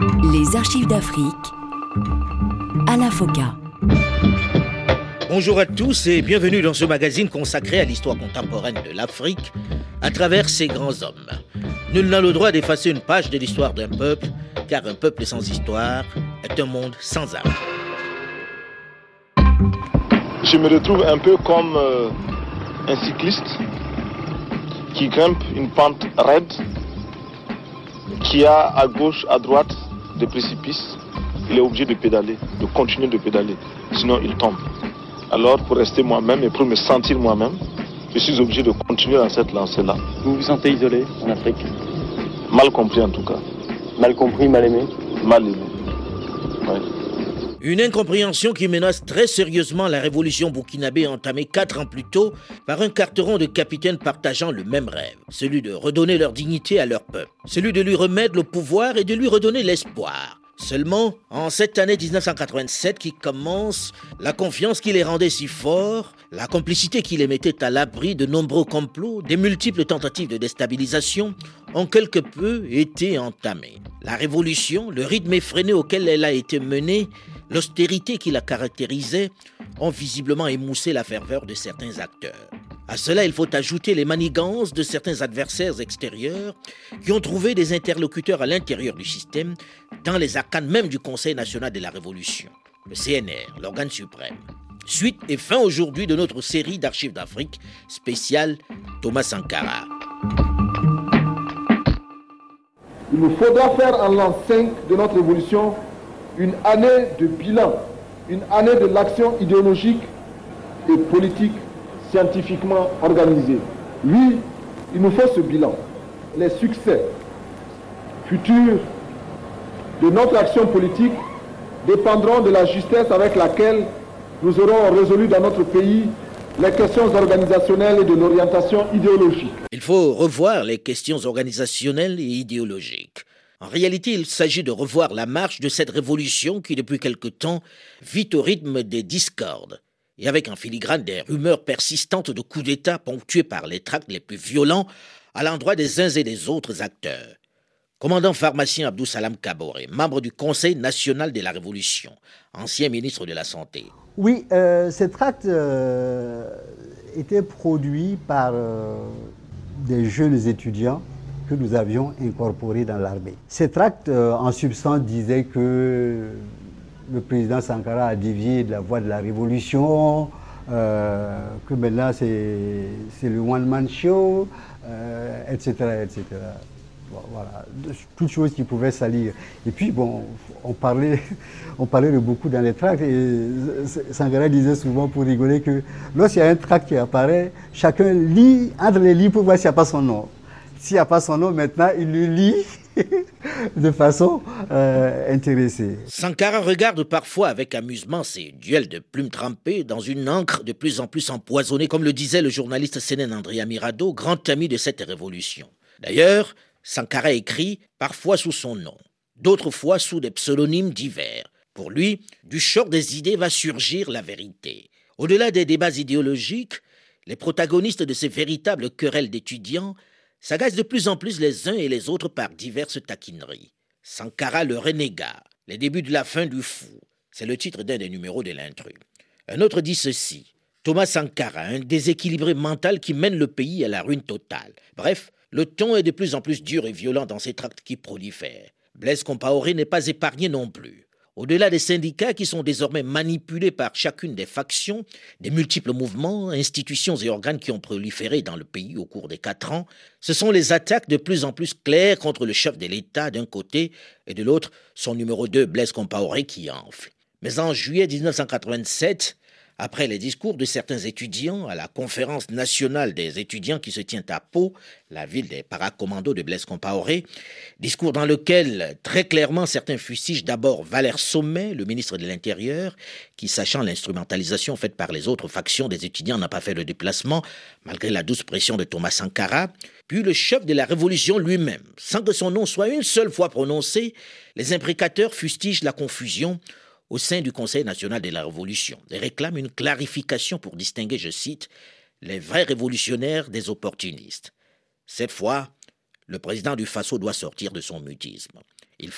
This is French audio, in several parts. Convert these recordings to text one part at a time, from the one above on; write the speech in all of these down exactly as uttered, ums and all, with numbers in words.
Les archives d'Afrique, Alain Foka. Bonjour à tous et bienvenue dans ce magazine consacré à l'histoire contemporaine de l'Afrique à travers ses grands hommes. Nul n'a le droit d'effacer une page de l'histoire d'un peuple, car un peuple sans histoire est un monde sans âme. Je me retrouve un peu comme euh, un cycliste qui grimpe une pente raide, qui a à gauche, à droite des précipices. Il est obligé de pédaler, de continuer de pédaler, sinon il tombe. Alors, pour rester moi-même et pour me sentir moi-même, je suis obligé de continuer dans cette lancée-là. Vous vous sentez isolé en Afrique? Mal compris en tout cas. Mal compris, mal aimé? Mal aimé. Ouais. Une incompréhension qui menace très sérieusement la révolution burkinabé entamée quatre ans plus tôt par un carteron de capitaines partageant le même rêve, celui de redonner leur dignité à leur peuple, celui de lui remettre le pouvoir et de lui redonner l'espoir. Seulement, en cette année dix-neuf cent quatre-vingt-sept qui commence, la confiance qui les rendait si forts, la complicité qui les mettait à l'abri de nombreux complots, des multiples tentatives de déstabilisation, ont quelque peu été entamées. La révolution, le rythme effréné auquel elle a été menée, l'austérité qui la caractérisait, ont visiblement émoussé la ferveur de certains acteurs. À cela, il faut ajouter les manigances de certains adversaires extérieurs qui ont trouvé des interlocuteurs à l'intérieur du système, dans les arcanes même du Conseil national de la Révolution, le C N R, l'organe suprême. Suite et fin aujourd'hui de notre série d'archives d'Afrique spéciale Thomas Sankara. Il nous faudra faire en l'an cinq de notre révolution une année de bilan, une année de l'action idéologique et politique scientifiquement organisée. Oui, il nous faut ce bilan. Les succès futurs de notre action politique dépendront de la justesse avec laquelle nous aurons résolu dans notre pays les questions organisationnelles et de l'orientation idéologique. Il faut revoir les questions organisationnelles et idéologiques. En réalité, il s'agit de revoir la marche de cette révolution qui, depuis quelque temps, vit au rythme des discordes et avec en filigrane des rumeurs persistantes de coups d'État ponctués par les tracts les plus violents à l'endroit des uns et des autres acteurs. Commandant pharmacien Abdou Salam Kaboré, membre du Conseil national de la Révolution, ancien ministre de la Santé. Oui, euh, ces tracts euh, étaient produits par euh, des jeunes étudiants que nous avions incorporés dans l'armée. Ces tracts, euh, en substance, disaient que le président Sankara a dévié de la voie de la révolution, euh, que maintenant c'est, c'est le one-man show, euh, et cetera, et cetera. Bon, voilà, toutes choses qui pouvaient salir. Et puis, bon, on parlait, on parlait de beaucoup dans les tracts, et Sankara disait souvent pour rigoler que lorsqu'il y a un tract qui apparaît, chacun lit entre les lignes pour voir s'il n'y a pas son nom. S'il n'y a pas son nom, maintenant, il le lit de façon euh, intéressée. Sankara regarde parfois avec amusement ces duels de plumes trempées dans une encre de plus en plus empoisonnée, comme le disait le journaliste Sénène André Amirado, grand ami de cette révolution. D'ailleurs, Sankara écrit parfois sous son nom, d'autres fois sous des pseudonymes divers. Pour lui, du choc des idées va surgir la vérité. Au-delà des débats idéologiques, les protagonistes de ces véritables querelles d'étudiants s'agacent de plus en plus les uns et les autres par diverses taquineries. Sankara le renégat, les débuts de la fin du fou. C'est le titre d'un des numéros de l'intrus. Un autre dit ceci: Thomas Sankara, un déséquilibré mental qui mène le pays à la ruine totale. Bref, le ton est de plus en plus dur et violent dans ces tracts qui prolifèrent. Blaise Compaoré n'est pas épargné non plus. Au-delà des syndicats qui sont désormais manipulés par chacune des factions, des multiples mouvements, institutions et organes qui ont proliféré dans le pays au cours des quatre ans, ce sont les attaques de plus en plus claires contre le chef de l'État d'un côté et de l'autre son numéro deux, Blaise Compaoré, qui enfle. Mais en juillet dix-neuf cent quatre-vingt-sept, après les discours de certains étudiants à la conférence nationale des étudiants qui se tient à Pau, la ville des paracommandos de Blaise Compaoré, discours dans lequel très clairement certains fustigent d'abord Valère Sommet, le ministre de l'Intérieur, qui, sachant l'instrumentalisation faite par les autres factions des étudiants, n'a pas fait le déplacement, malgré la douce pression de Thomas Sankara, puis le chef de la Révolution lui-même. Sans que son nom soit une seule fois prononcé, les imprécateurs fustigent la confusion au sein du Conseil national de la Révolution et réclament une clarification pour distinguer, je cite, les vrais révolutionnaires des opportunistes. Cette fois, le président du Faso doit sortir de son mutisme. Il faut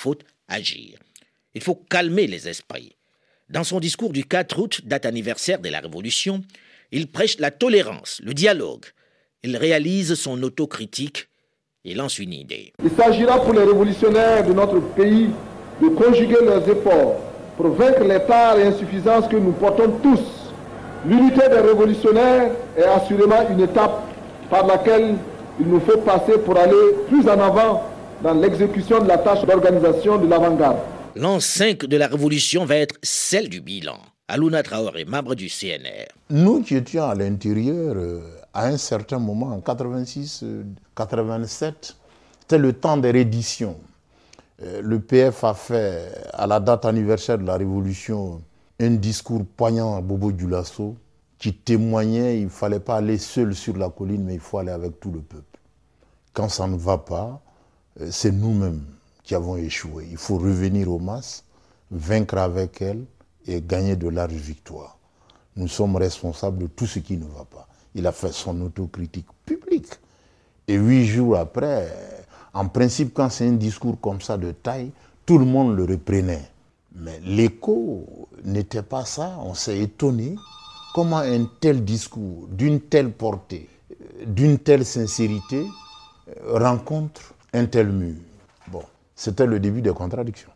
agir. Il faut calmer les esprits. Dans son discours du quatre août, date anniversaire de la Révolution, il prêche la tolérance, le dialogue. Il réalise son autocritique et lance une idée. Il s'agira pour les révolutionnaires de notre pays de conjuguer leurs efforts pour vaincre les tares et insuffisances que nous portons tous. L'unité des révolutionnaires est assurément une étape par laquelle il nous faut passer pour aller plus en avant dans l'exécution de la tâche d'organisation de l'avant-garde. L'an cinq de la Révolution va être celle du bilan. Alouna Traoré, membre du C N R. Nous qui étions à l'intérieur, euh, à un certain moment, en quatre-vingt-six quatre-vingt-sept, c'était le temps des redditions. Euh, le P F a fait, à la date anniversaire de la Révolution, un discours poignant à Bobo Dioulasso qui témoignait qu'il ne fallait pas aller seul sur la colline, mais il faut aller avec tout le peuple. Quand ça ne va pas, euh, c'est nous-mêmes qui avons échoué. Il faut revenir aux masses, vaincre avec elles et gagner de larges victoires. Nous sommes responsables de tout ce qui ne va pas. Il a fait son autocritique publique. Et huit jours après, en principe, quand c'est un discours comme ça de taille, tout le monde le reprenait. Mais l'écho n'était pas ça. On s'est étonné comment un tel discours, d'une telle portée, d'une telle sincérité, rencontre un tel mur. Bon, c'était le début des contradictions.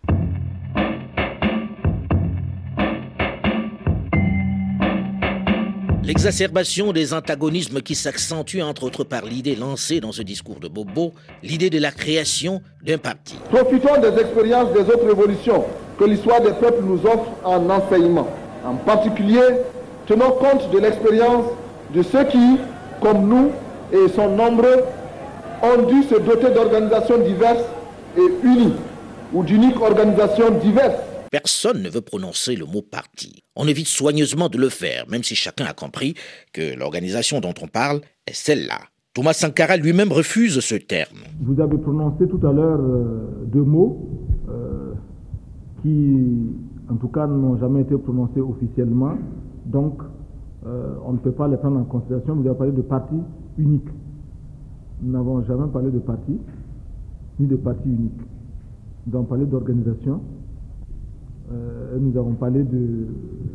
L'exacerbation des antagonismes qui s'accentuent entre autres par l'idée lancée dans ce discours de Bobo, l'idée de la création d'un parti. Profitons des expériences des autres révolutions que l'histoire des peuples nous offre en enseignement. En particulier, tenons compte de l'expérience de ceux qui, comme nous, et sont nombreux, ont dû se doter d'organisations diverses et unies, ou d'uniques organisations diverses. Personne ne veut prononcer le mot parti. On évite soigneusement de le faire, même si chacun a compris que l'organisation dont on parle est celle-là. Thomas Sankara lui-même refuse ce terme. Vous avez prononcé tout à l'heure euh, deux mots euh, qui, en tout cas, n'ont jamais été prononcés officiellement. Donc, euh, on ne peut pas les prendre en considération. Vous avez parlé de parti unique. Nous n'avons jamais parlé de parti, ni de parti unique. Nous avons parlé d'organisation. Euh, nous avons parlé de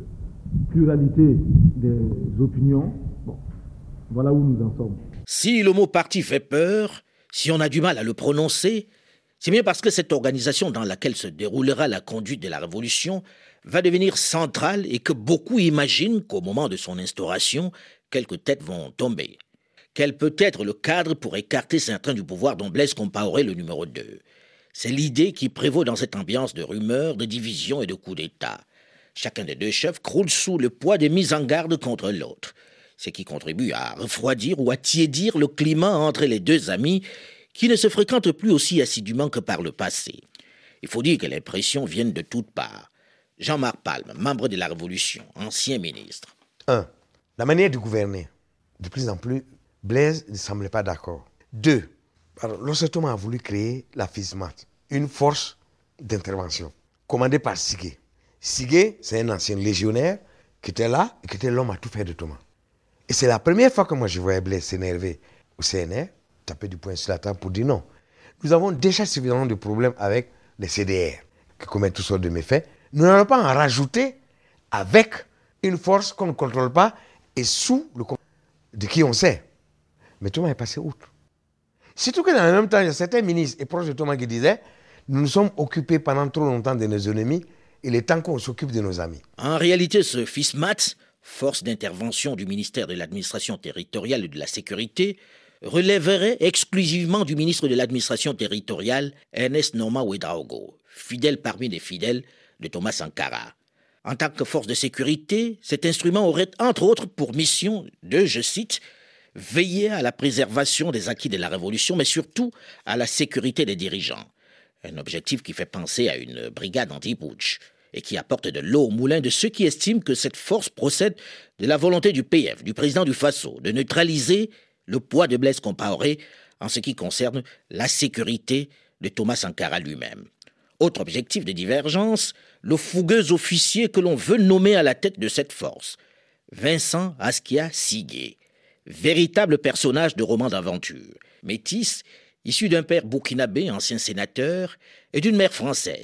pluralité des opinions. Bon, voilà où nous en sommes. Si le mot parti fait peur, si on a du mal à le prononcer, c'est bien parce que cette organisation dans laquelle se déroulera la conduite de la Révolution va devenir centrale et que beaucoup imaginent qu'au moment de son instauration, quelques têtes vont tomber. Quel peut être le cadre pour écarter certains du pouvoir dont Blaise Compaoré est le numéro deux? C'est l'idée qui prévaut dans cette ambiance de rumeurs, de divisions et de coups d'État. Chacun des deux chefs croule sous le poids des mises en garde contre l'autre, ce qui contribue à refroidir ou à tiédir le climat entre les deux amis qui ne se fréquentent plus aussi assidûment que par le passé. Il faut dire que les pressions viennent de toutes parts. Jean-Marc Palme, membre de la Révolution, ancien ministre. Un, la manière de gouverner. De plus en plus, Blaise ne semblait pas d'accord. Deux, lorsque Thomas a voulu créer la FISMAT, une force d'intervention, commandée par Sigué. Sigué, c'est un ancien légionnaire qui était là et qui était l'homme à tout faire de Thomas. Et c'est la première fois que moi je voyais Blaise s'énerver au C N R, taper du poing sur la table pour dire non. Nous avons déjà suffisamment de problèmes avec les C D R qui commettent toutes sortes de méfaits. Nous n'allons pas en rajouter avec une force qu'on ne contrôle pas et sous le contrôle de qui on sait. Mais Thomas est passé outre. Surtout que dans le même temps, il y a certains ministres et proches de Thomas qui disaient « Nous nous sommes occupés pendant trop longtemps de nos ennemis, il est temps qu'on s'occupe de nos amis. » En réalité, ce FISMAT, force d'intervention du ministère de l'administration territoriale et de la sécurité, relèverait exclusivement du ministre de l'administration territoriale, Ernest Norman Ouedraogo, fidèle parmi les fidèles de Thomas Sankara. En tant que force de sécurité, cet instrument aurait entre autres pour mission de, je cite, « veiller à la préservation des acquis de la Révolution, mais surtout à la sécurité des dirigeants ». Un objectif qui fait penser à une brigade anti-putsch et qui apporte de l'eau au moulin de ceux qui estiment que cette force procède de la volonté du P F, du président du Faso, de neutraliser le poids de Blaise Compaoré en ce qui concerne la sécurité de Thomas Sankara lui-même. Autre objectif de divergence, le fougueux officier que l'on veut nommer à la tête de cette force, Vincent Askia Sigué, véritable personnage de roman d'aventure, métis, issu d'un père burkinabé, ancien sénateur, et d'une mère française,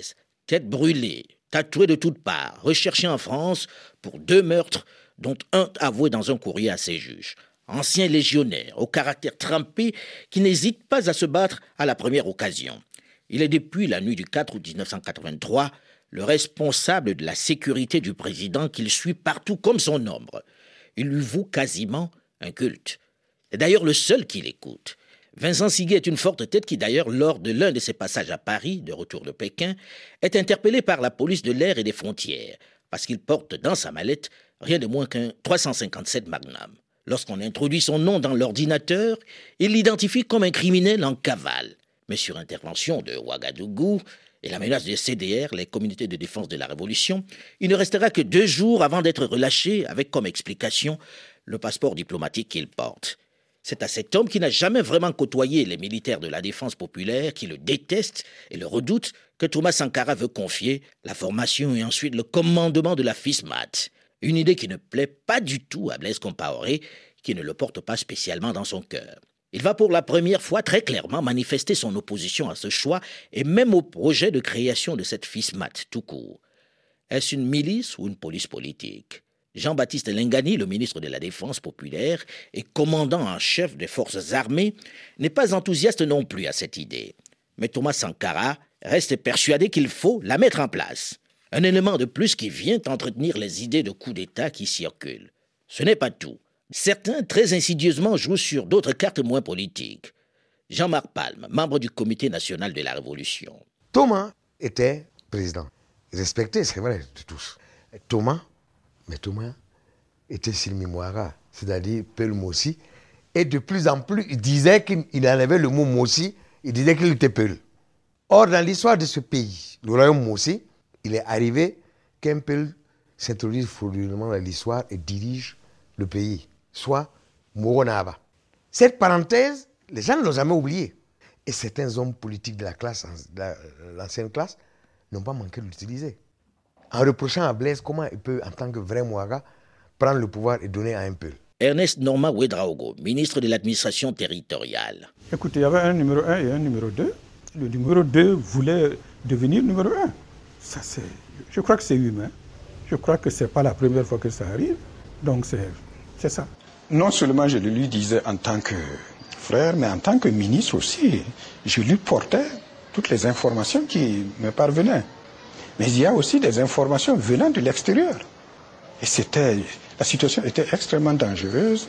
tête brûlée, tatoué de toutes parts, recherché en France pour deux meurtres, dont un avoué dans un courrier à ses juges. Ancien légionnaire, au caractère trempé, qui n'hésite pas à se battre à la première occasion. Il est depuis la nuit du quatre août mille neuf cent quatre-vingt-trois le responsable de la sécurité du président qu'il suit partout comme son ombre. Il lui voue quasiment un culte. C'est d'ailleurs le seul qui l'écoute. Vincent Siguet est une forte tête qui d'ailleurs, lors de l'un de ses passages à Paris, de retour de Pékin, est interpellé par la police de l'air et des frontières, parce qu'il porte dans sa mallette rien de moins qu'un trois cent cinquante-sept Magnum. Lorsqu'on introduit son nom dans l'ordinateur, il l'identifie comme un criminel en cavale. Mais sur intervention de Ouagadougou et la menace de C D R, les communautés de défense de la Révolution, il ne restera que deux jours avant d'être relâché avec comme explication le passeport diplomatique qu'il porte. C'est à cet homme qui n'a jamais vraiment côtoyé les militaires de la défense populaire, qui le détestent et le redoutent, que Thomas Sankara veut confier la formation et ensuite le commandement de la FISMAT. Une idée qui ne plaît pas du tout à Blaise Compaoré, qui ne le porte pas spécialement dans son cœur. Il va pour la première fois très clairement manifester son opposition à ce choix et même au projet de création de cette FISMAT tout court. Est-ce une milice ou une police politique ? Jean-Baptiste Lingani, le ministre de la Défense populaire et commandant en chef des forces armées, n'est pas enthousiaste non plus à cette idée. Mais Thomas Sankara reste persuadé qu'il faut la mettre en place. Un élément de plus qui vient entretenir les idées de coup d'État qui circulent. Ce n'est pas tout. Certains, très insidieusement, jouent sur d'autres cartes moins politiques. Jean-Marc Palme, membre du Comité national de la Révolution. Thomas était président. Respecté, c'est vrai, de tous. Thomas, mais Thomas était Silmi Mouara, c'est-à-dire Peul Mossi. Et de plus en plus, il disait qu'il enlevait le mot Mossi, il disait qu'il était Peul. Or, dans l'histoire de ce pays, le royaume Mossi, il est arrivé qu'un Peul s'introduise frauduleusement dans l'histoire et dirige le pays, soit Moronaba. Cette parenthèse, les gens ne l'ont jamais oubliée. Et certains hommes politiques de la classe, de l'ancienne classe, n'ont pas manqué de l'utiliser. En reprochant à Blaise comment il peut, en tant que vrai Mouaga, prendre le pouvoir et donner à un Peul. Ernest Normand Ouedraogo, ministre de l'administration territoriale. Écoutez, il y avait un numéro un et un numéro deux. Le numéro deux voulait devenir numéro un. Ça, c'est, je crois que c'est humain. Je crois que ce n'est pas la première fois que ça arrive. Donc c'est, c'est ça. Non seulement je le lui disais en tant que frère, mais en tant que ministre aussi. Je lui portais toutes les informations qui me parvenaient. Mais il y a aussi des informations venant de l'extérieur. Et c'était, la situation était extrêmement dangereuse.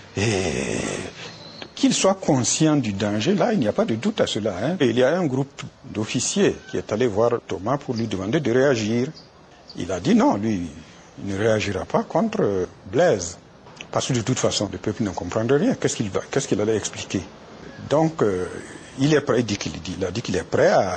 Et qu'il soit conscient du danger, là, il n'y a pas de doute à cela. Hein. Et il y a un groupe d'officiers qui est allé voir Thomas pour lui demander de réagir. Il a dit non, lui, il ne réagira pas contre Blaise. Parce que de toute façon, le peuple ne comprendrait rien. Qu'est-ce qu'il va, qu'est-ce qu'il allait expliquer? Donc, euh, il est prêt, il, dit qu'il, il a dit qu'il est prêt à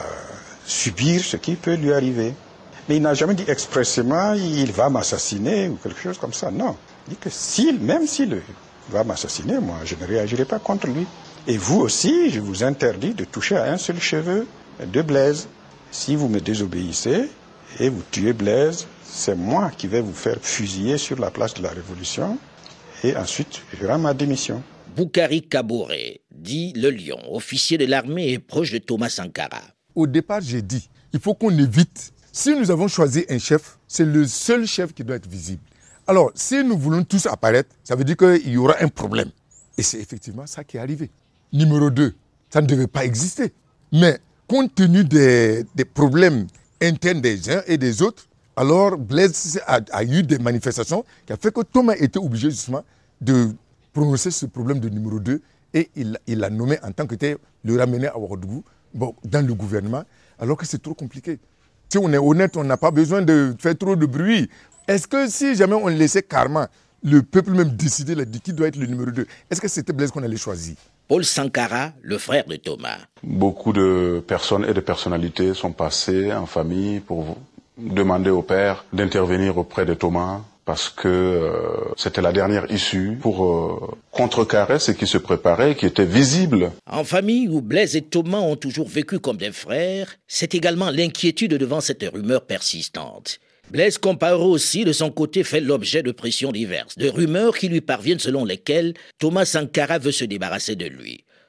subir ce qui peut lui arriver. Mais il n'a jamais dit expressément, il va m'assassiner ou quelque chose comme ça. Non, il dit que s'il, même s'il va m'assassiner, moi, je ne réagirai pas contre lui. Et vous aussi, je vous interdis de toucher à un seul cheveu de Blaise. Si vous me désobéissez et vous tuez Blaise, c'est moi qui vais vous faire fusiller sur la place de la Révolution. Et ensuite, je rends ma démission. Boukari Kaboré, dit le Lion, officier de l'armée et proche de Thomas Sankara. Au départ, j'ai dit, il faut qu'on évite. Si nous avons choisi un chef, c'est le seul chef qui doit être visible. Alors, si nous voulons tous apparaître, ça veut dire qu'il y aura un problème. Et c'est effectivement ça qui est arrivé. Numéro deux, ça ne devait pas exister. Mais compte tenu des, des problèmes internes des uns et des autres, alors Blaise a, a eu des manifestations qui a fait que Thomas était obligé justement de prononcer ce problème de numéro deux et il, il l'a nommé en tant que tel, le ramener à Ouagadougou, bon, dans le gouvernement, alors que c'est trop compliqué. Si on est honnête, on n'a pas besoin de faire trop de bruit. Est-ce que si jamais on laissait carrément le peuple même décider de qui doit être le numéro deux, est-ce que c'était Blaise qu'on allait choisir? Paul Sankara, le frère de Thomas. Beaucoup de personnes et de personnalités sont passées en famille pour demander au père d'intervenir auprès de Thomas parce que euh, c'était la dernière issue pour euh, contrecarrer ce qui se préparait, qui était visible. En famille où Blaise et Thomas ont toujours vécu comme des frères, c'est également l'inquiétude devant cette rumeur persistante. Blaise Compaoré aussi, de son côté, fait l'objet de pressions diverses, de rumeurs qui lui parviennent selon lesquelles Thomas Sankara veut se débarrasser de lui.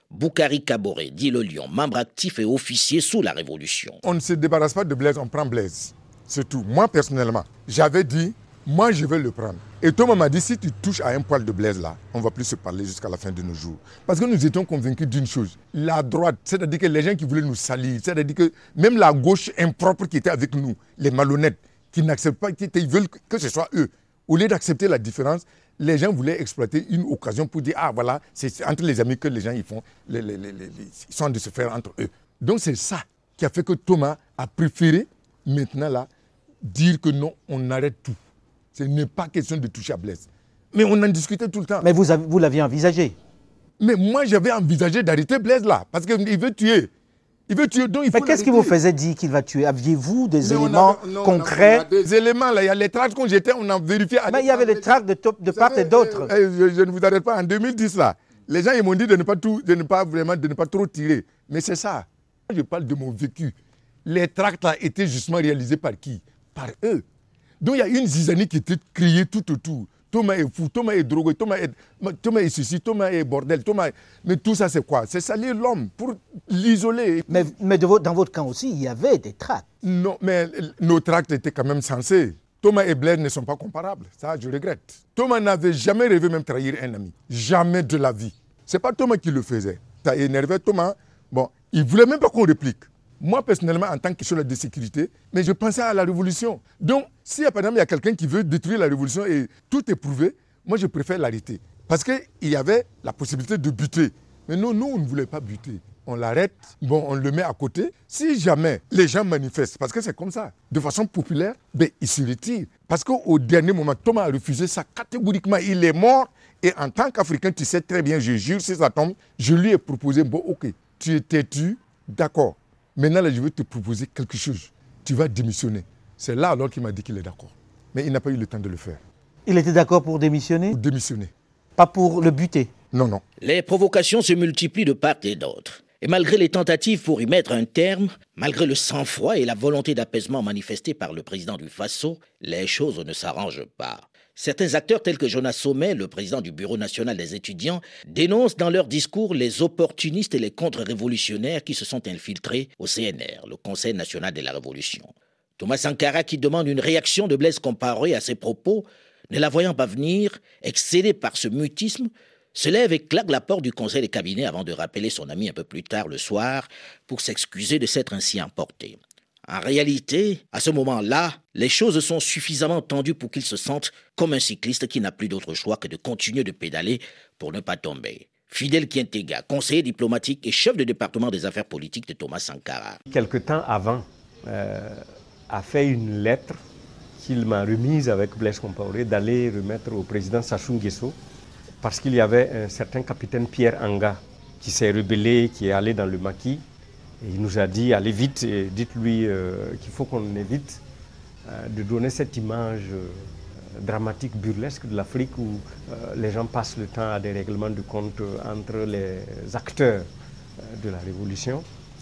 Boukari Kaboré, dit le Lion, membre actif et officier sous la Révolution. On ne se débarrasse pas de Blaise, on prend Blaise. C'est tout. Moi, personnellement, j'avais dit, moi, je vais le prendre. Et Thomas m'a dit, si tu touches à un poil de Blaise là, on ne va plus se parler jusqu'à la fin de nos jours. Parce que nous étions convaincus d'une chose. La droite, c'est-à-dire que les gens qui voulaient nous salir, c'est-à-dire que même la gauche impropre qui était avec nous, les malhonnêtes, qui n'acceptent pas, qui étaient, ils veulent que ce soit eux. Au lieu d'accepter la différence, les gens voulaient exploiter une occasion pour dire, ah voilà, c'est entre les amis que les gens ils font, les, les, les, les, ils sont de se faire entre eux. Donc c'est ça qui a fait que Thomas a préféré, maintenant là, dire que non, on arrête tout. Ce n'est pas question de toucher à Blaise. Mais on en discutait tout le temps. Mais vous, avez, vous l'aviez envisagé? Mais moi, j'avais envisagé d'arrêter Blaise là, parce qu'il veut tuer. Il veut tuer, donc il faut. Mais qu'est-ce qui vous faisait dire qu'il va tuer? Aviez-vous des mais éléments a, non, concrets? On a, on a des éléments là, il y a les tracts qu'on jetait, on a vérifié. Mais il y avait les tracts de, top, de part savez, et d'autre. Eh, je, je ne vous arrête pas, en deux mille dix là, les gens ils m'ont dit de ne pas tout, de ne pas vraiment, de ne pas trop tirer. Mais c'est ça. Je parle de mon vécu. Les tracts là étaient justement réalisés par qui? Par eux. Donc il y a une zizanie qui était criée tout autour. Thomas est fou, Thomas est drogué, Thomas est, Thomas est ceci, Thomas est bordel, Thomas est... Mais tout ça c'est quoi? C'est salir l'homme pour l'isoler. Mais, mais de votre, dans votre camp aussi, il y avait des tracts. Non, mais nos tracts étaient quand même censés. Thomas et Blaise ne sont pas comparables. Ça, je regrette. Thomas n'avait jamais rêvé même trahir un ami. Jamais de la vie. C'est pas Thomas qui le faisait. Ça énervait Thomas. Bon, il voulait même pas qu'on réplique. Moi, personnellement, en tant que chef de sécurité, mais je pensais à la révolution. Donc, si par exemple, il y a quelqu'un qui veut détruire la révolution et tout est prouvé, moi, je préfère l'arrêter. Parce qu'il y avait la possibilité de buter. Mais non, nous, on ne voulait pas buter. On l'arrête, bon, on le met à côté. Si jamais les gens manifestent, parce que c'est comme ça, de façon populaire, ben, ils se retirent. Parce qu'au dernier moment, Thomas a refusé ça catégoriquement. Il est mort. Et en tant qu'Africain, tu sais très bien, je jure, si ça tombe, je lui ai proposé, bon, ok, tu es têtu, d'accord. Maintenant, là, je vais te proposer quelque chose. Tu vas démissionner. C'est là alors qu'il m'a dit qu'il est d'accord. Mais il n'a pas eu le temps de le faire. Il était d'accord pour démissionner? Pour démissionner. Pas pour le buter? Non, non. Les provocations se multiplient de part et d'autre. Et malgré les tentatives pour y mettre un terme, malgré le sang-froid et la volonté d'apaisement manifestée par le président du Faso, les choses ne s'arrangent pas. Certains acteurs tels que Jonas Sommet, le président du Bureau national des étudiants, dénoncent dans leur discours les opportunistes et les contre-révolutionnaires qui se sont infiltrés au C N R, le Conseil national de la Révolution. Thomas Sankara, qui demande une réaction de Blaise Compaoré à ses propos, ne la voyant pas venir, excédé par ce mutisme, se lève et claque la porte du conseil des cabinets avant de rappeler son ami un peu plus tard le soir pour s'excuser de s'être ainsi emporté. En réalité, à ce moment-là, les choses sont suffisamment tendues pour qu'il se sente comme un cycliste qui n'a plus d'autre choix que de continuer de pédaler pour ne pas tomber. Fidel Kientega, conseiller diplomatique et chef de département des affaires politiques de Thomas Sankara. Quelque temps avant, euh, a fait une lettre qu'il m'a remise avec Blaise Compaoré d'aller remettre au président Sassou Nguesso parce qu'il y avait un certain capitaine Pierre Anga qui s'est rebellé, qui est allé dans le maquis. Et il nous a dit, allez vite, et dites-lui euh, qu'il faut qu'on évite euh, de donner cette image euh, dramatique, burlesque de l'Afrique où euh, les gens passent le temps à des règlements de compte euh, entre les acteurs euh, de la Révolution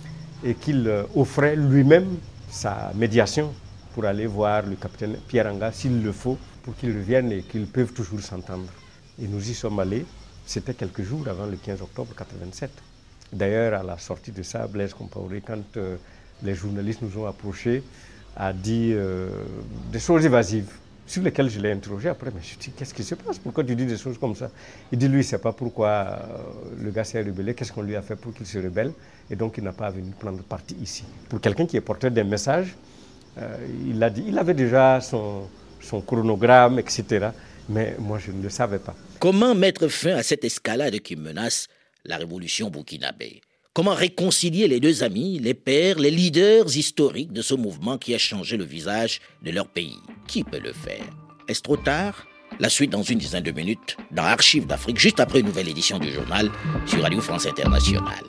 et qu'il euh, offrait lui-même sa médiation pour aller voir le capitaine Pierre Anga s'il le faut, pour qu'il revienne et qu'ils peuvent toujours s'entendre. Et nous y sommes allés, c'était quelques jours avant le quinze octobre mille neuf cent quatre-vingt-sept. D'ailleurs, à la sortie de ça, Blaise Compaoré, quand euh, les journalistes nous ont approchés, a dit euh, des choses évasives, sur lesquelles je l'ai interrogé après. Mais je dis, qu'est-ce qui se passe? Pourquoi tu dis des choses comme ça? Il dit, lui, il ne sait pas pourquoi euh, le gars s'est rebellé, qu'est-ce qu'on lui a fait pour qu'il se rebelle, et donc il n'a pas venu prendre parti ici. Pour quelqu'un qui est porteur des messages, euh, il a dit, il avait déjà son, son chronogramme, et cetera. Mais moi, je ne le savais pas. Comment mettre fin à cette escalade qui menace la révolution burkinabé? Comment réconcilier les deux amis, les pères, les leaders historiques de ce mouvement qui a changé le visage de leur pays? Qui peut le faire? Est-ce trop tard? La suite dans une dizaine de minutes, dans Archives d'Afrique, juste après une nouvelle édition du journal sur Radio France Internationale.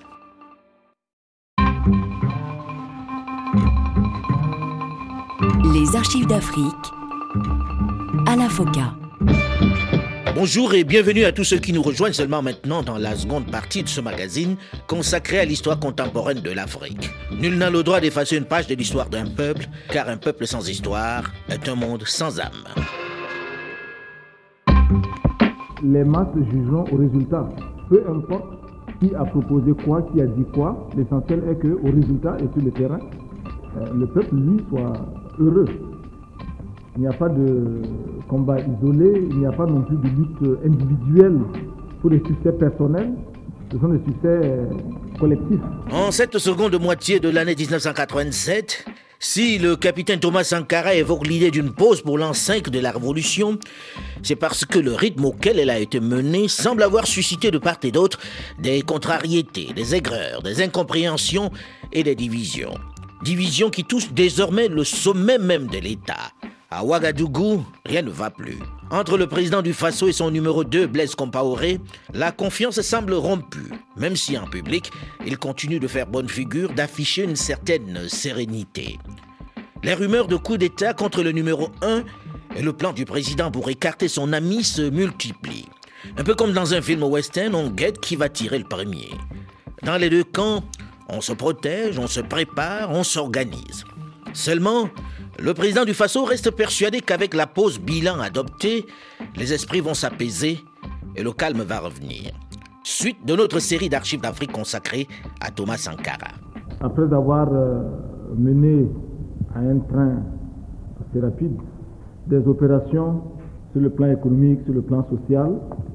Les Archives d'Afrique, Alain Foka. Bonjour et bienvenue à tous ceux qui nous rejoignent seulement maintenant dans la seconde partie de ce magazine consacré à l'histoire contemporaine de l'Afrique. Nul n'a le droit d'effacer une page de l'histoire d'un peuple, car un peuple sans histoire est un monde sans âme. Les masses jugeront au résultat. Peu importe qui a proposé quoi, qui a dit quoi. L'essentiel est qu'au résultat et sur le terrain, euh, le peuple, lui, soit heureux. Il n'y a pas de combat isolé, il n'y a pas non plus de lutte individuelle pour les succès personnels. Ce sont des succès collectifs. En cette seconde moitié de l'année dix-neuf cent quatre-vingt-sept, si le capitaine Thomas Sankara évoque l'idée d'une pause pour l'an cinq de la Révolution, c'est parce que le rythme auquel elle a été menée semble avoir suscité de part et d'autre des contrariétés, des aigreurs, des incompréhensions et des divisions. Divisions qui touchent désormais le sommet même de l'État. À Ouagadougou, rien ne va plus. Entre le président du Faso et son numéro deux, Blaise Compaoré, la confiance semble rompue, même si en public, il continue de faire bonne figure, d'afficher une certaine sérénité. Les rumeurs de coup d'État contre le numéro un et le plan du président pour écarter son ami se multiplient. Un peu comme dans un film western, on guette qui va tirer le premier. Dans les deux camps, on se protège, on se prépare, on s'organise. Seulement, le président du Faso reste persuadé qu'avec la pause bilan adoptée, les esprits vont s'apaiser et le calme va revenir. Suite de notre série d'archives d'Afrique consacrée à Thomas Sankara. Après avoir euh, mené à un train assez rapide des opérations sur le plan économique, sur le plan social,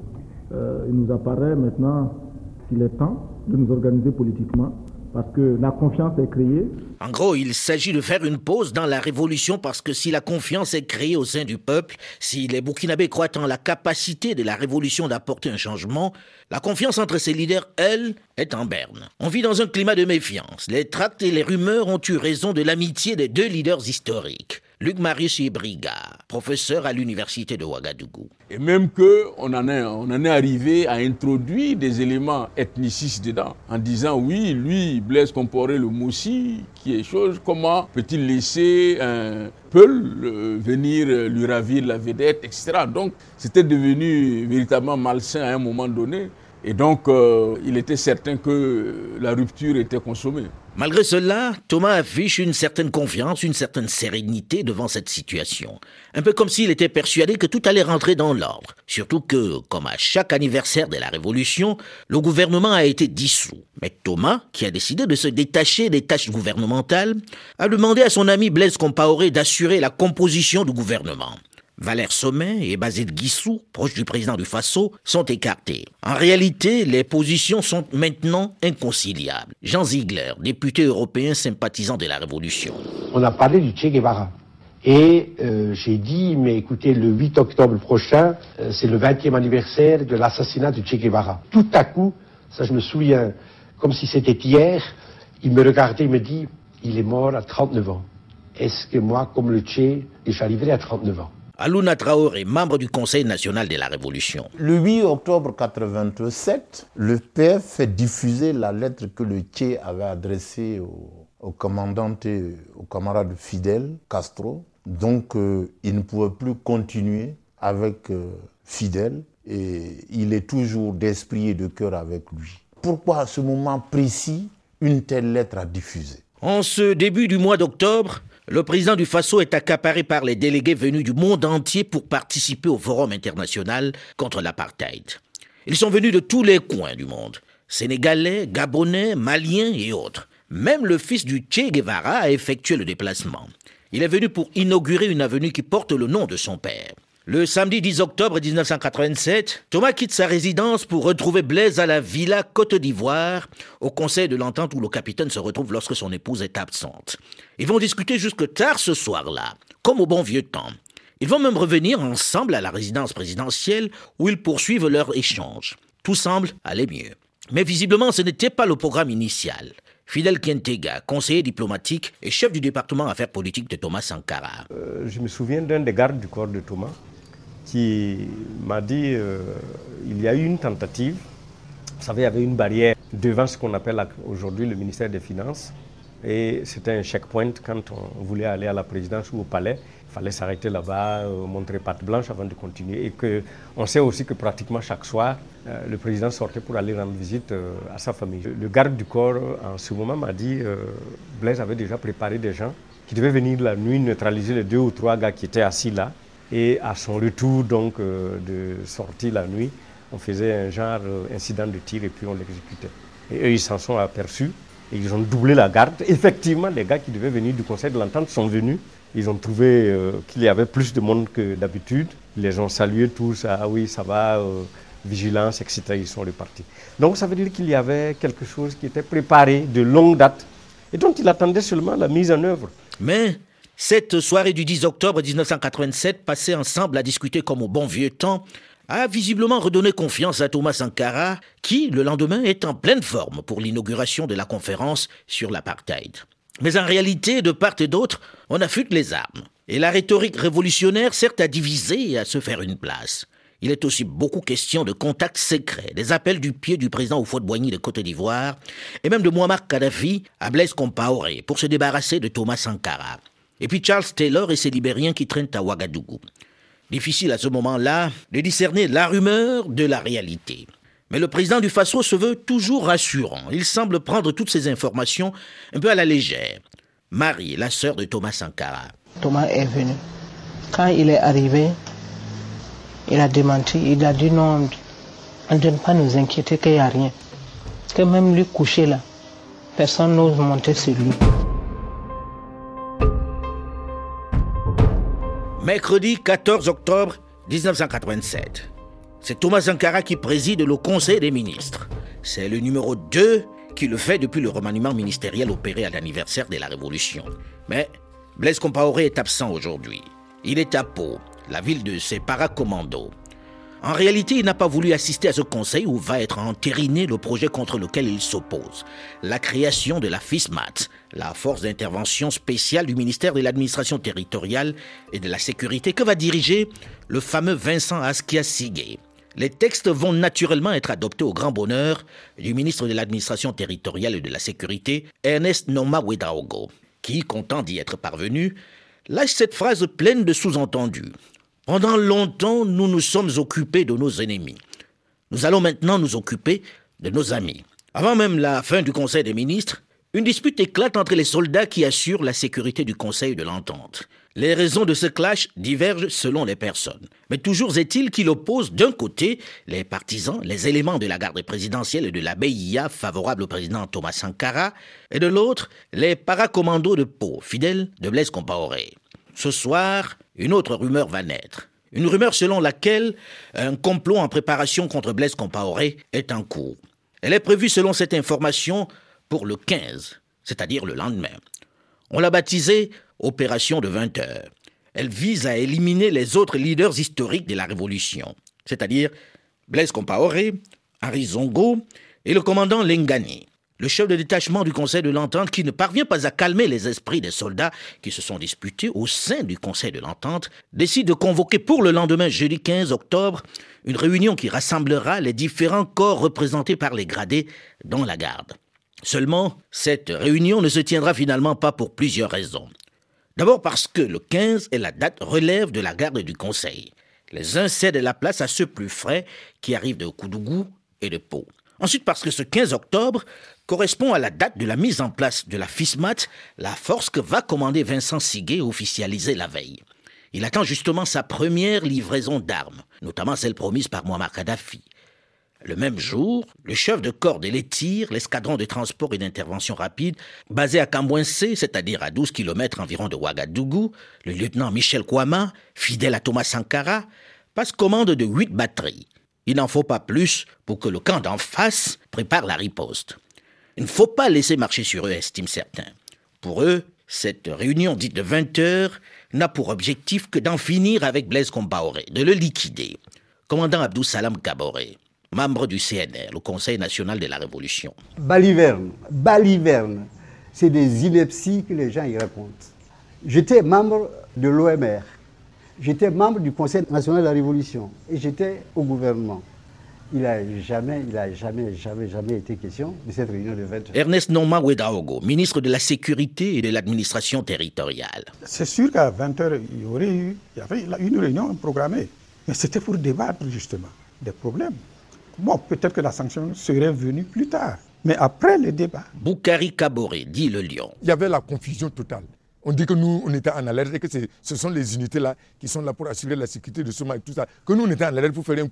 euh, il nous apparaît maintenant qu'il est temps de nous organiser politiquement. Parce que la confiance est créée. En gros, il s'agit de faire une pause dans la révolution parce que si la confiance est créée au sein du peuple, si les Burkinabés croient en la capacité de la révolution d'apporter un changement, la confiance entre ses leaders, elle, est en berne. On vit dans un climat de méfiance. Les tracts et les rumeurs ont eu raison de l'amitié des deux leaders historiques. Luc Marius Ibriga, professeur à l'université de Ouagadougou. Et même qu'on en est, on en est arrivé à introduire des éléments ethnicistes dedans, en disant oui, lui, Blaise Compaoré le Moussi, qui est chose, comment peut-il laisser un Peul euh, venir lui ravir la vedette, et cetera. Donc c'était devenu véritablement malsain à un moment donné. Et donc, euh, il était certain que la rupture était consommée. Malgré cela, Thomas affiche une certaine confiance, une certaine sérénité devant cette situation. Un peu comme s'il était persuadé que tout allait rentrer dans l'ordre. Surtout que, comme à chaque anniversaire de la Révolution, le gouvernement a été dissous. Mais Thomas, qui a décidé de se détacher des tâches gouvernementales, a demandé à son ami Blaise Compaoré d'assurer la composition du gouvernement. Valère Sommet et Basile Guissou, proches du président du Faso, sont écartés. En réalité, les positions sont maintenant inconciliables. Jean Ziegler, député européen sympathisant de la Révolution. On a parlé du Che Guevara. Et euh, j'ai dit, mais écoutez, le huit octobre prochain, euh, c'est le vingtième anniversaire de l'assassinat de Che Guevara. Tout à coup, ça je me souviens, comme si c'était hier, il me regardait et me dit, il est mort à trente-neuf ans. Est-ce que moi, comme le Che, j'arriverai à trente-neuf ans? Alouna Traoré, membre du Conseil national de la Révolution. Le huit octobre mille neuf cent quatre-vingt-sept, le P F fait diffuser la lettre que le Che avait adressée au, au commandant et au camarade Fidel Castro. Donc, euh, il ne pouvait plus continuer avec euh, Fidel et il est toujours d'esprit et de cœur avec lui. Pourquoi à ce moment précis, une telle lettre a diffusé? En ce début du mois d'octobre, le président du Faso est accaparé par les délégués venus du monde entier pour participer au Forum international contre l'apartheid. Ils sont venus de tous les coins du monde, sénégalais, gabonais, maliens et autres. Même le fils du Che Guevara a effectué le déplacement. Il est venu pour inaugurer une avenue qui porte le nom de son père. Le samedi dix octobre mille neuf cent quatre-vingt-sept, Thomas quitte sa résidence pour retrouver Blaise à la Villa Côte d'Ivoire, au conseil de l'entente où le capitaine se retrouve lorsque son épouse est absente. Ils vont discuter jusque tard ce soir-là, comme au bon vieux temps. Ils vont même revenir ensemble à la résidence présidentielle où ils poursuivent leur échange. Tout semble aller mieux. Mais visiblement, ce n'était pas le programme initial. Fidel Kentega, conseiller diplomatique et chef du département affaires politiques de Thomas Sankara. Euh, je me souviens d'un des gardes du corps de Thomas qui m'a dit euh, il y a eu une tentative. Vous savez, il y avait une barrière devant ce qu'on appelle aujourd'hui le ministère des Finances. Et c'était un checkpoint quand on voulait aller à la présidence ou au palais. Il fallait s'arrêter là-bas, euh, montrer patte blanche avant de continuer. Et que, on sait aussi que pratiquement chaque soir, euh, le président sortait pour aller rendre visite euh, à sa famille. Le garde du corps, en ce moment, m'a dit euh, Blaise avait déjà préparé des gens qui devaient venir la nuit neutraliser les deux ou trois gars qui étaient assis là. Et à son retour donc, euh, de sortie la nuit, On faisait un genre incident de tir et puis on l'exécutait. Et eux, ils s'en sont aperçus et ils ont doublé la garde. Effectivement, les gars qui devaient venir du Conseil de l'Entente sont venus. Ils ont trouvé euh, qu'il y avait plus de monde que d'habitude. Ils les ont salués tous. Ah oui, ça va, euh, vigilance, et cetera. Ils sont repartis. Donc ça veut dire qu'il y avait quelque chose qui était préparé de longue date et dont il attendait seulement la mise en œuvre. Mais cette soirée du dix octobre mille neuf cent quatre-vingt-sept, passée ensemble à discuter comme au bon vieux temps, a visiblement redonné confiance à Thomas Sankara, qui, le lendemain, est en pleine forme pour l'inauguration de la conférence sur l'apartheid. Mais en réalité, de part et d'autre, on affûte les armes. Et la rhétorique révolutionnaire sert à diviser et à se faire une place. Il est aussi beaucoup question de contacts secrets, des appels du pied du président Houphouët-Boigny de Côte d'Ivoire, et même de Muammar Kadhafi à Blaise Compaoré pour se débarrasser de Thomas Sankara. Et puis Charles Taylor et ses Libériens qui traînent à Ouagadougou. Difficile à ce moment-là de discerner la rumeur de la réalité. Mais le président du Faso se veut toujours rassurant. Il semble prendre toutes ces informations un peu à la légère. Marie, la sœur de Thomas Sankara. Thomas est venu. Quand il est arrivé, il a démenti. Il a dit non, on ne doit pas nous inquiéter qu'il n'y a rien. Que même lui couché là, personne n'ose monter sur lui. Mercredi quatorze octobre mille neuf cent quatre-vingt-sept. C'est Thomas Sankara qui préside le Conseil des ministres. C'est le numéro deux qui le fait depuis le remaniement ministériel opéré à l'anniversaire de la Révolution. Mais Blaise Compaoré est absent aujourd'hui. Il est à Pau, la ville de ses paracommandos. En réalité, il n'a pas voulu assister à ce conseil où va être entériné le projet contre lequel il s'oppose. La création de la FISMAT, la force d'intervention spéciale du ministère de l'administration territoriale et de la sécurité que va diriger le fameux Vincent Askia Sigué. Les textes vont naturellement être adoptés au grand bonheur du ministre de l'administration territoriale et de la sécurité, Ernest Noma Ouedraogo, qui, content d'y être parvenu, lâche cette phrase pleine de sous-entendus. Pendant longtemps, nous nous sommes occupés de nos ennemis. Nous allons maintenant nous occuper de nos amis. Avant même la fin du Conseil des ministres, une dispute éclate entre les soldats qui assurent la sécurité du Conseil de l'Entente. Les raisons de ce clash divergent selon les personnes. Mais toujours est-il qu'il oppose d'un côté les partisans, les éléments de la garde présidentielle et de la B I A favorables au président Thomas Sankara, et de l'autre les paracommandos de Pau, fidèles de Blaise Compaoré. Ce soir, une autre rumeur va naître. Une rumeur selon laquelle un complot en préparation contre Blaise Compaoré est en cours. Elle est prévue selon cette information pour le quinze, c'est-à-dire le lendemain. On l'a baptisée Opération de vingt heures. Elle vise à éliminer les autres leaders historiques de la Révolution, c'est-à-dire Blaise Compaoré, Henri Zongo et le commandant Lengani, le chef de détachement du Conseil de l'Entente qui ne parvient pas à calmer les esprits des soldats qui se sont disputés au sein du Conseil de l'Entente, décide de convoquer pour le lendemain, jeudi quinze octobre, une réunion qui rassemblera les différents corps représentés par les gradés, dont la garde. Seulement, cette réunion ne se tiendra finalement pas pour plusieurs raisons. D'abord parce que le quinze et la date relèvent de la garde du Conseil. Les uns cèdent la place à ceux plus frais qui arrivent de Koudougou et de Pau. Ensuite parce que ce quinze octobre correspond à la date de la mise en place de la FISMAT, la force que va commander Vincent Sigué officialisée la veille. Il attend justement sa première livraison d'armes, notamment celle promise par Muammar Kadhafi. Le même jour, le chef de corps de l'Étire, l'escadron de transport et d'intervention rapide, basé à Kambouensé, c'est-à-dire à douze kilomètres environ de Ouagadougou, le lieutenant Michel Kouama, fidèle à Thomas Sankara, passe commande de huit batteries. Il n'en faut pas plus pour que le camp d'en face prépare la riposte. Il ne faut pas laisser marcher sur eux, estiment certains. Pour eux, cette réunion dite de vingt heures n'a pour objectif que d'en finir avec Blaise Compaoré, de le liquider. Commandant Abdou Salam Kaboré, membre du C N R, le Conseil national de la Révolution. Baliverne, baliverne, c'est des inepties que les gens y racontent. J'étais membre de l'O M R, j'étais membre du Conseil national de la Révolution et j'étais au gouvernement. Il n'a jamais, il a jamais, jamais, jamais été question de cette réunion de vingt heures. Ernest Noma Ouedraogo, ministre de la Sécurité et de l'Administration territoriale. C'est sûr qu'à vingt heures, il y aurait eu il y avait une réunion programmée. Mais c'était pour débattre justement des problèmes. Bon, peut-être que la sanction serait venue plus tard. Mais après le débat... Boukari Kaboré, dit le Lion. Il y avait la confusion totale. On dit que nous, on était en alerte et que ce sont les unités-là qui sont là pour assurer la sécurité de ce et tout ça. Que nous, on était en alerte pour faire un coup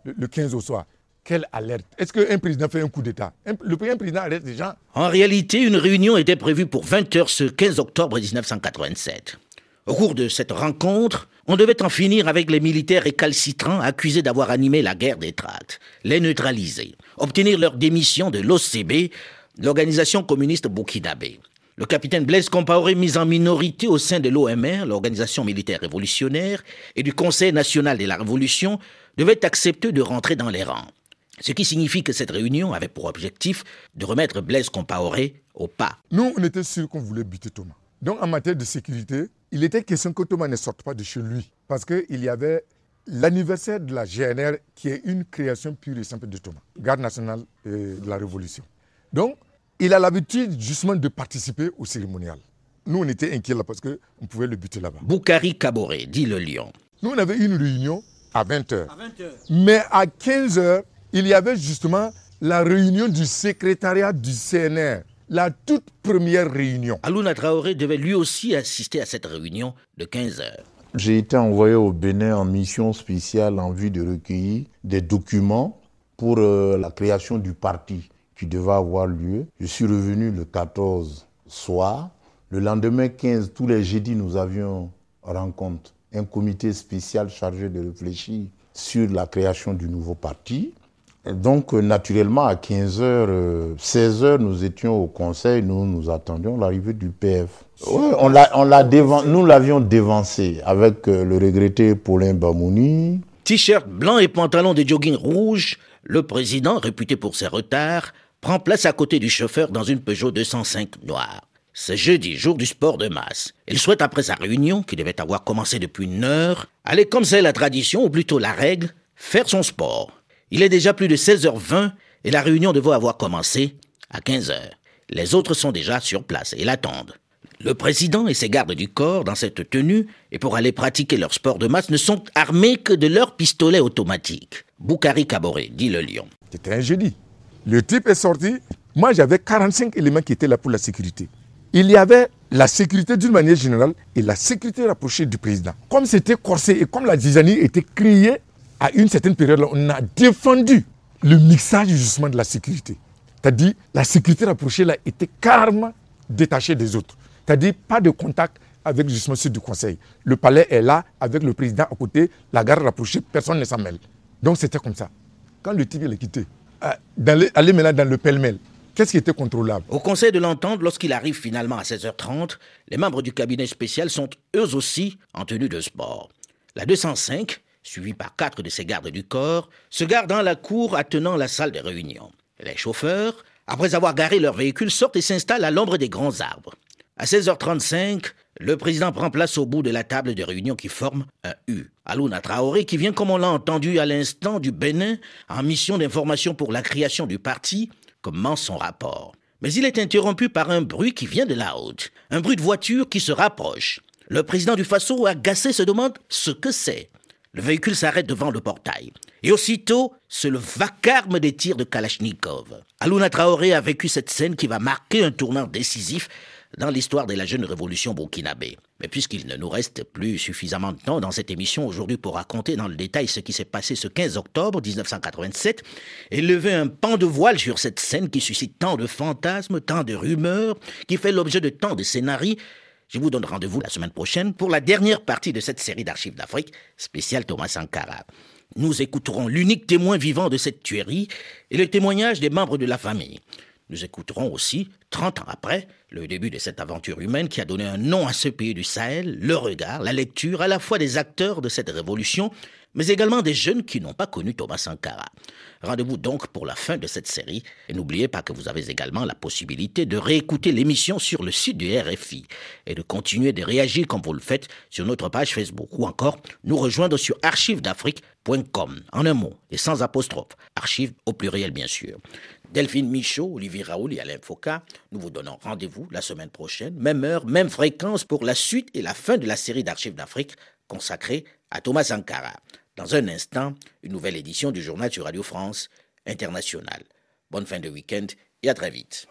le, le quinze au soir. Quelle alerte! Est-ce qu'un président fait un coup d'État? un, Le un président arrête des gens? En réalité, une réunion était prévue pour vingt heures ce quinze octobre mille neuf cent quatre-vingt-sept. Au cours de cette rencontre, on devait en finir avec les militaires récalcitrants accusés d'avoir animé la guerre des tracts, les neutraliser, obtenir leur démission de l'O C B, l'organisation communiste burkinabé. Le capitaine Blaise Compaoré, mis en minorité au sein de l'O M R, l'organisation militaire révolutionnaire, et du Conseil national de la Révolution, devait accepter de rentrer dans les rangs. Ce qui signifie que cette réunion avait pour objectif de remettre Blaise Compaoré au pas. Nous, on était sûrs qu'on voulait buter Thomas. Donc, en matière de sécurité, il était question que Thomas ne sorte pas de chez lui. Parce qu'il y avait l'anniversaire de la G N R qui est une création pure et simple de Thomas, garde nationale de la Révolution. Donc, il a l'habitude justement de participer au cérémonial. Nous, on était inquiets là parce qu'on pouvait le buter là-bas. Boukari Kaboré, dit le Lion. Nous, on avait une réunion à vingt heures. À vingt heures. Mais à quinze heures, il y avait justement la réunion du secrétariat du C N R, la toute première réunion. Alouna Traoré devait lui aussi assister à cette réunion de quinze heures. J'ai été envoyé au Bénin en mission spéciale en vue de recueillir des documents pour euh, la création du parti qui devait avoir lieu. Je suis revenu le quatorze soir. Le lendemain quinze, tous les jeudis, nous avions rencontre, un comité spécial chargé de réfléchir sur la création du nouveau parti. Donc, naturellement, à quinze heures, seize heures, nous étions au conseil, nous nous attendions l'arrivée du P F. Ouais, on l'a, on l'a dévan- nous l'avions dévancé avec le regretté Paulin Bamouni. T-shirt blanc et pantalon de jogging rouge, le président, réputé pour ses retards, prend place à côté du chauffeur dans une Peugeot deux cent cinq noire. C'est jeudi, jour du sport de masse. Il souhaite, après sa réunion, qui devait avoir commencé depuis une heure, aller, comme c'est la tradition, ou plutôt la règle, faire son sport. Il est déjà plus de seize heures vingt et la réunion devait avoir commencé à quinze heures. Les autres sont déjà sur place et l'attendent. Le président et ses gardes du corps, dans cette tenue, et pour aller pratiquer leur sport de masse, ne sont armés que de leurs pistolets automatiques. Boukari Kaboré, dit le Lion. C'était un jeudi. Le type est sorti. Moi, j'avais quarante-cinq éléments qui étaient là pour la sécurité. Il y avait la sécurité d'une manière générale et la sécurité rapprochée du président. Comme c'était corsé et comme la Tijani était créée à une certaine période, là, on a défendu le mixage justement de la sécurité. C'est-à-dire, la sécurité rapprochée là était carrément détachée des autres. C'est-à-dire, pas de contact avec justement ceux du conseil. Le palais est là, avec le président à côté, la garde rapprochée, personne ne s'en mêle. Donc c'était comme ça. Quand le type est quitté, euh, dans les, aller maintenant dans le pêle-mêle, qu'est-ce qui était contrôlable? Au conseil de l'entente, lorsqu'il arrive finalement à seize heures trente, les membres du cabinet spécial sont eux aussi en tenue de sport. La deux cent cinq, suivie par quatre de ses gardes du corps, se gare dans la cour attenant la salle de réunion. Les chauffeurs, après avoir garé leur véhicule, sortent et s'installent à l'ombre des grands arbres. À seize heures trente-cinq, le président prend place au bout de la table de réunion qui forme un U. Alouna Traoré, qui vient, comme on l'a entendu à l'instant, du Bénin, en mission d'information pour la création du parti, commence son rapport. Mais il est interrompu par un bruit qui vient de la haute, un bruit de voiture qui se rapproche. Le président du Faso, agacé, se demande ce que c'est. Le véhicule s'arrête devant le portail. Et aussitôt, c'est le vacarme des tirs de Kalachnikov. Alouna Traoré a vécu cette scène qui va marquer un tournant décisif dans l'histoire de la jeune révolution burkinabé. Mais puisqu'il ne nous reste plus suffisamment de temps dans cette émission aujourd'hui pour raconter dans le détail ce qui s'est passé ce quinze octobre dix-neuf cent quatre-vingt-sept et lever un pan de voile sur cette scène qui suscite tant de fantasmes, tant de rumeurs, qui fait l'objet de tant de scénarios, je vous donne rendez-vous la semaine prochaine pour la dernière partie de cette série d'archives d'Afrique, spéciale Thomas Sankara. Nous écouterons l'unique témoin vivant de cette tuerie et le témoignage des membres de la famille. Nous écouterons aussi, trente ans après, le début de cette aventure humaine qui a donné un nom à ce pays du Sahel, le regard, la lecture à la fois des acteurs de cette révolution, mais également des jeunes qui n'ont pas connu Thomas Sankara. Rendez-vous donc pour la fin de cette série et n'oubliez pas que vous avez également la possibilité de réécouter l'émission sur le site du R F I et de continuer de réagir comme vous le faites sur notre page Facebook ou encore nous rejoindre sur archives d'afrique point com en un mot et sans apostrophe, archives au pluriel bien sûr. Delphine Michaud, Olivier Raoul et Alain Foucault, nous vous donnons rendez-vous la semaine prochaine, même heure, même fréquence pour la suite et la fin de la série d'archives d'Afrique consacrée à Thomas Sankara. Dans un instant, une nouvelle édition du journal sur Radio France Internationale. Bonne fin de week-end et à très vite.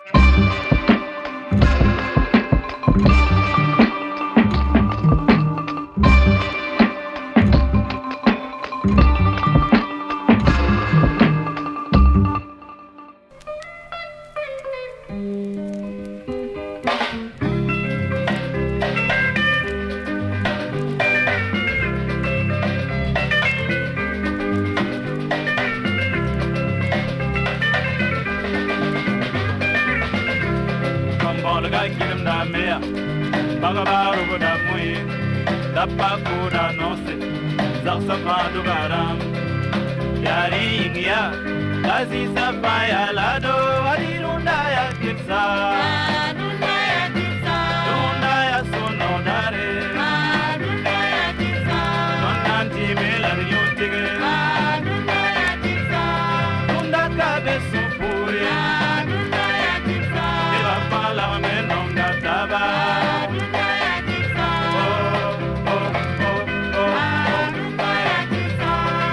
Olga kilim da mea Bagabaru da mui Dapaku da nose Zaksama du garam Yari ingia Lazi sapaya lado Adirunda ya kitsa Adunda ya kitsa Dunda ya sonodare Adunda ya kitsa Nonanti melar yutige Adunda ya kitsa Dunda kabe supuri Adunda ya kitsa Eva pala menonga taba Adunda ya kitsa Oh, oh, oh, oh Adunda ya kitsa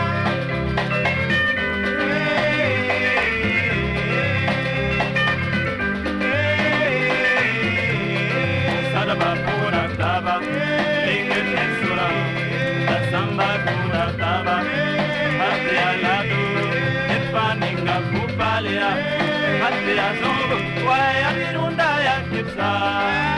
Sadaba pura taba Lingin nesura Samba pura taba Hati aladu Nipaninga kupalia Hati azungu Waya mirunda ya kipsa